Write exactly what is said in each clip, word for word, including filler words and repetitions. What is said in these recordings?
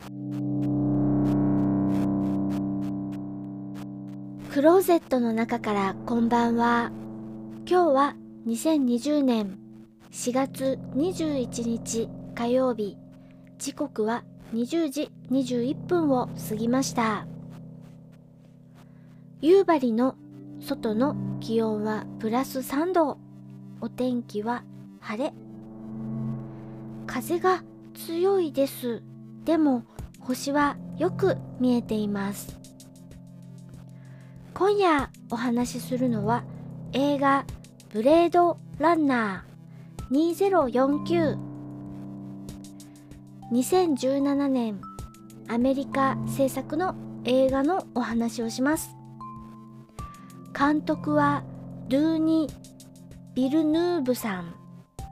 クローゼットの中からこんばんは。今日はにせんにじゅうねんしがつにじゅういちにち火曜日、時刻はにじゅうじにじゅういっぷんを過ぎました。夕張の外の気温はプラスさんど、お天気は晴れ。風が強いです。でも星はよく見えています。今夜お話しするのは映画ブレードランナーにせんよんじゅうきゅう。にせんじゅうななねんアメリカ制作の映画のお話をします。監督はドゥーニ・ビルヌーブさん。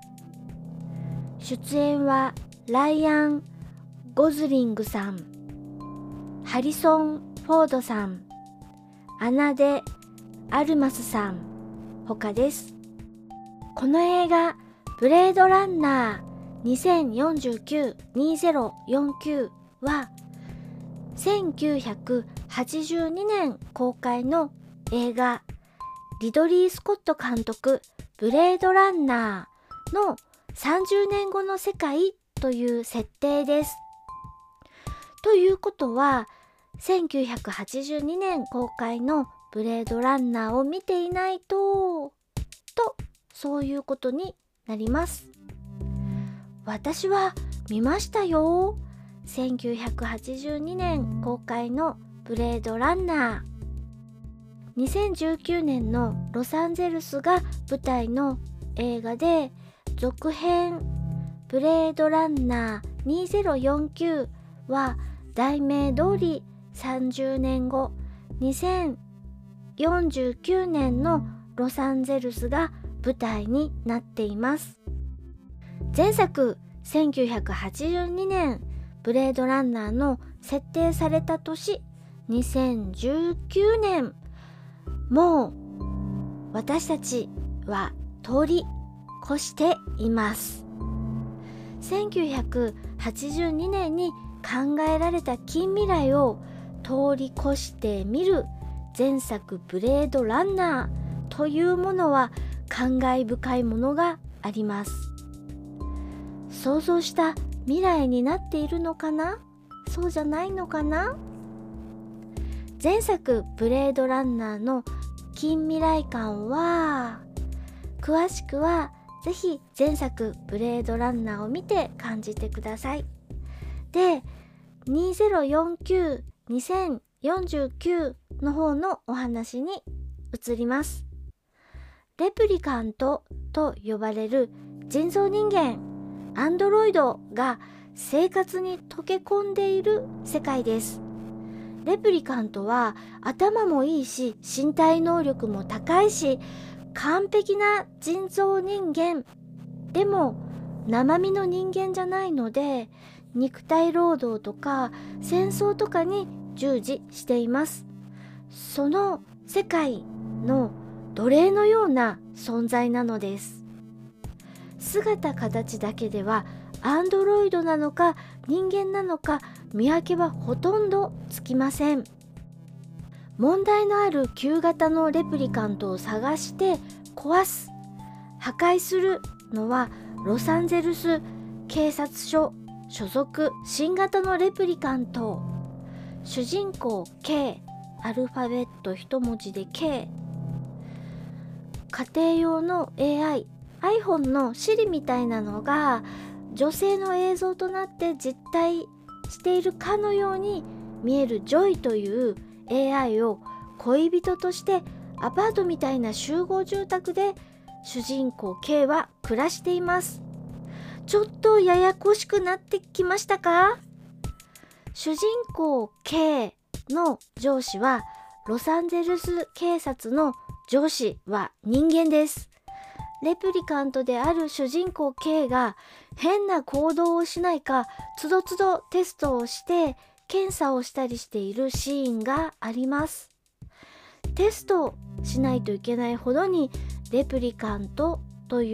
出演はライアン・ゴズリングさん、ハリソン・フォードさん、アナデ・アルマスさん他です。この映画ブレードランナーにせんよんじゅうきゅう にせんよんじゅうきゅうはせんきゅうひゃくはちじゅうにねん公開の映画、リドリー・スコット監督ブレードランナーのさんじゅうねんごの世界という設定です。ということはせんきゅうひゃくはちじゅうにねん公開のブレードランナーを見ていないととそういうことになります。私は見ましたよ。せんきゅうひゃくはちじゅうにねん公開のブレードランナー。にせんじゅうきゅうねんのロサンゼルスが舞台の映画で、続編ブレードランナーにせんよんじゅうきゅうは題名通りさんじゅうねんごにせんよんじゅうきゅうねんのロサンゼルスが舞台になっています。前作せんきゅうひゃくはちじゅうにねんブレードランナーの設定された年にせんじゅうきゅうねん、もう私たちは通り越しています。せんきゅうひゃくはちじゅうにねんに考えられた近未来を通り越してみる前作ブレードランナーというものは感慨深いものがあります。想像した未来になっているのかな？そうじゃないのかな？前作ブレードランナーの近未来感は、詳しくはぜひ前作ブレードランナーを見て感じてください。で、にせんよんじゅうきゅう、にせんよんじゅうきゅうの方のお話に移ります。レプリカントと呼ばれる人造人間、アンドロイドが生活に溶け込んでいる世界です。レプリカントは頭もいいし、身体能力も高いし、完璧な人造人間。でも生身の人間じゃないので、肉体労働とか戦争とかに従事しています。その世界の奴隷のような存在なのです。姿形だけではアンドロイドなのか人間なのか見分けはほとんどつきません。問題のある旧型のレプリカントを探して壊す、破壊するのはロサンゼルス警察署所属新型のレプリカント。主人公 K、 アルファベット一文字で K。 家庭用の エーアイ、 iPhone の Siri みたいなのが女性の映像となって実体しているかのように見えるジョイという エーアイ を恋人としてアパートみたいな集合住宅で主人公 K は暮らしています。ちょっとややこしくなってきましたか？主人公 K の上司はロサンゼルス警察の上司は人間です。レプリカントである主人公 K が変な行動をしないかつどつどテストをして検査をしたりしているシーンがあります。テストしないといけないほどにレプリカントという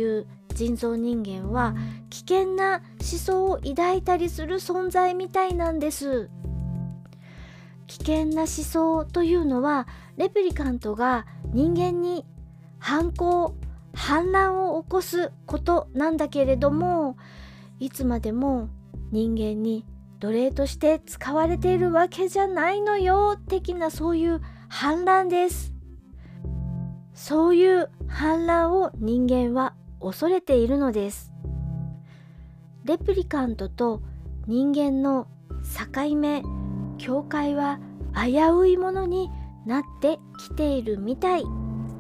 人造人間は危険な思想を抱いたりする存在みたいなんです。危険な思想というのはレプリカントが人間に反抗、反乱を起こすことなんだけれども、いつまでも人間に奴隷として使われているわけじゃないのよ的な、そういう反乱です。そういう反乱を人間は恐れているのです。レプリカントと人間の境目、境界は危ういものになってきているみたい。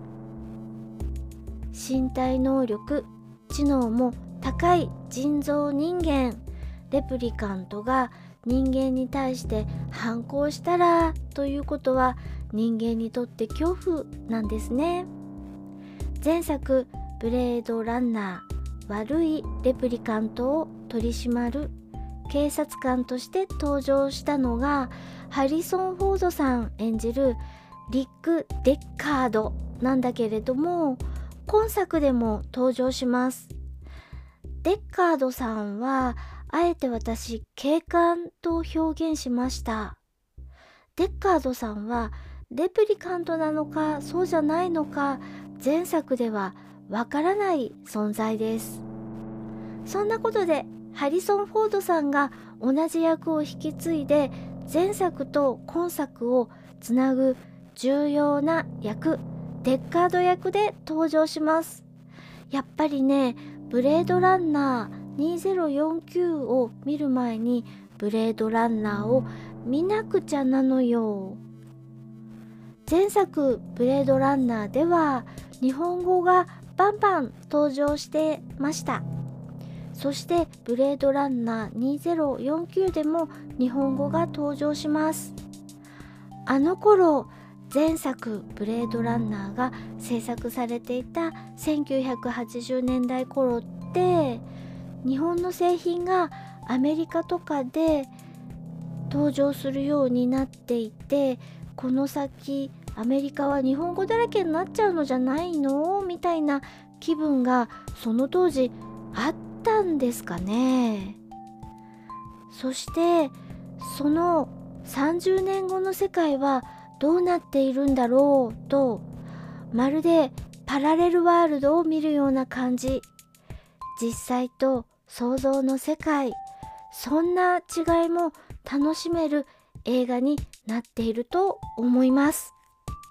身体能力、知能も高い人造人間、レプリカントが人間に対して反抗したらということは人間にとって恐怖なんですね。前作ブレードランナー、悪いレプリカントを取り締まる警察官として登場したのがハリソン・フォードさん演じるリック・デッカードなんだけれども、今作でも登場します。デッカードさんはあえて私警官と表現しました。デッカードさんはレプリカントなのかそうじゃないのか前作ではわからない存在です。そんなことでハリソン・フォードさんが同じ役を引き継いで前作と今作をつなぐ重要な役、デッカード役で登場します。やっぱりね、ブレードランナーにせんよんじゅうきゅうを見る前にブレードランナーを見なくちゃなのよ。前作ブレードランナーでは日本語がバンバン登場してました。そしてブレードランナーにせんよんじゅうきゅうでも日本語が登場します。あの頃前作ブレードランナーが制作されていたせんきゅうひゃくはちじゅうねんだい頃って日本の製品がアメリカとかで登場するようになっていて、この先アメリカは日本語だらけになっちゃうのじゃないのみたいな気分がその当時あったんですかね。そしてそのさんじゅうねんごの世界はどうなっているんだろうと、まるでパラレルワールドを見るような感じ。実際と想像の世界、そんな違いも楽しめる映画になっていると思います。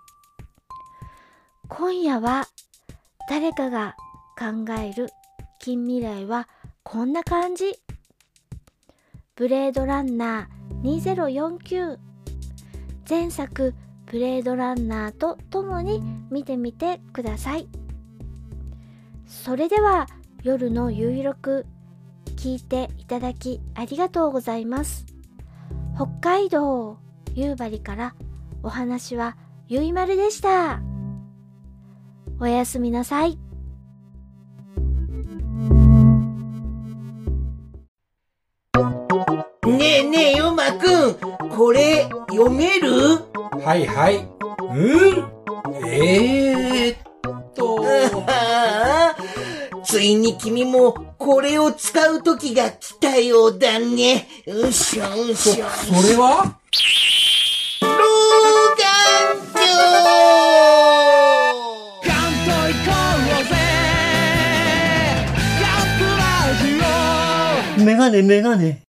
今夜は誰かが考える近未来はこんな感じ。ブレードランナーにせんよんじゅうきゅう、前作ブレードランナーとともに見てみてください。それでは夜のゆいろく聞いていただきありがとうございます。北海道夕張からお話はゆいまるでした。おやすみなさい。 ねえねえヨマくん、これ読める？ はいはい。うん？えーっとついに君もこれを使う時が来たようだね。うしょうしょ。 そ、それは？ 老眼鏡！ 関東行こうぜ。キャンプラジオ。 メガネメガネ。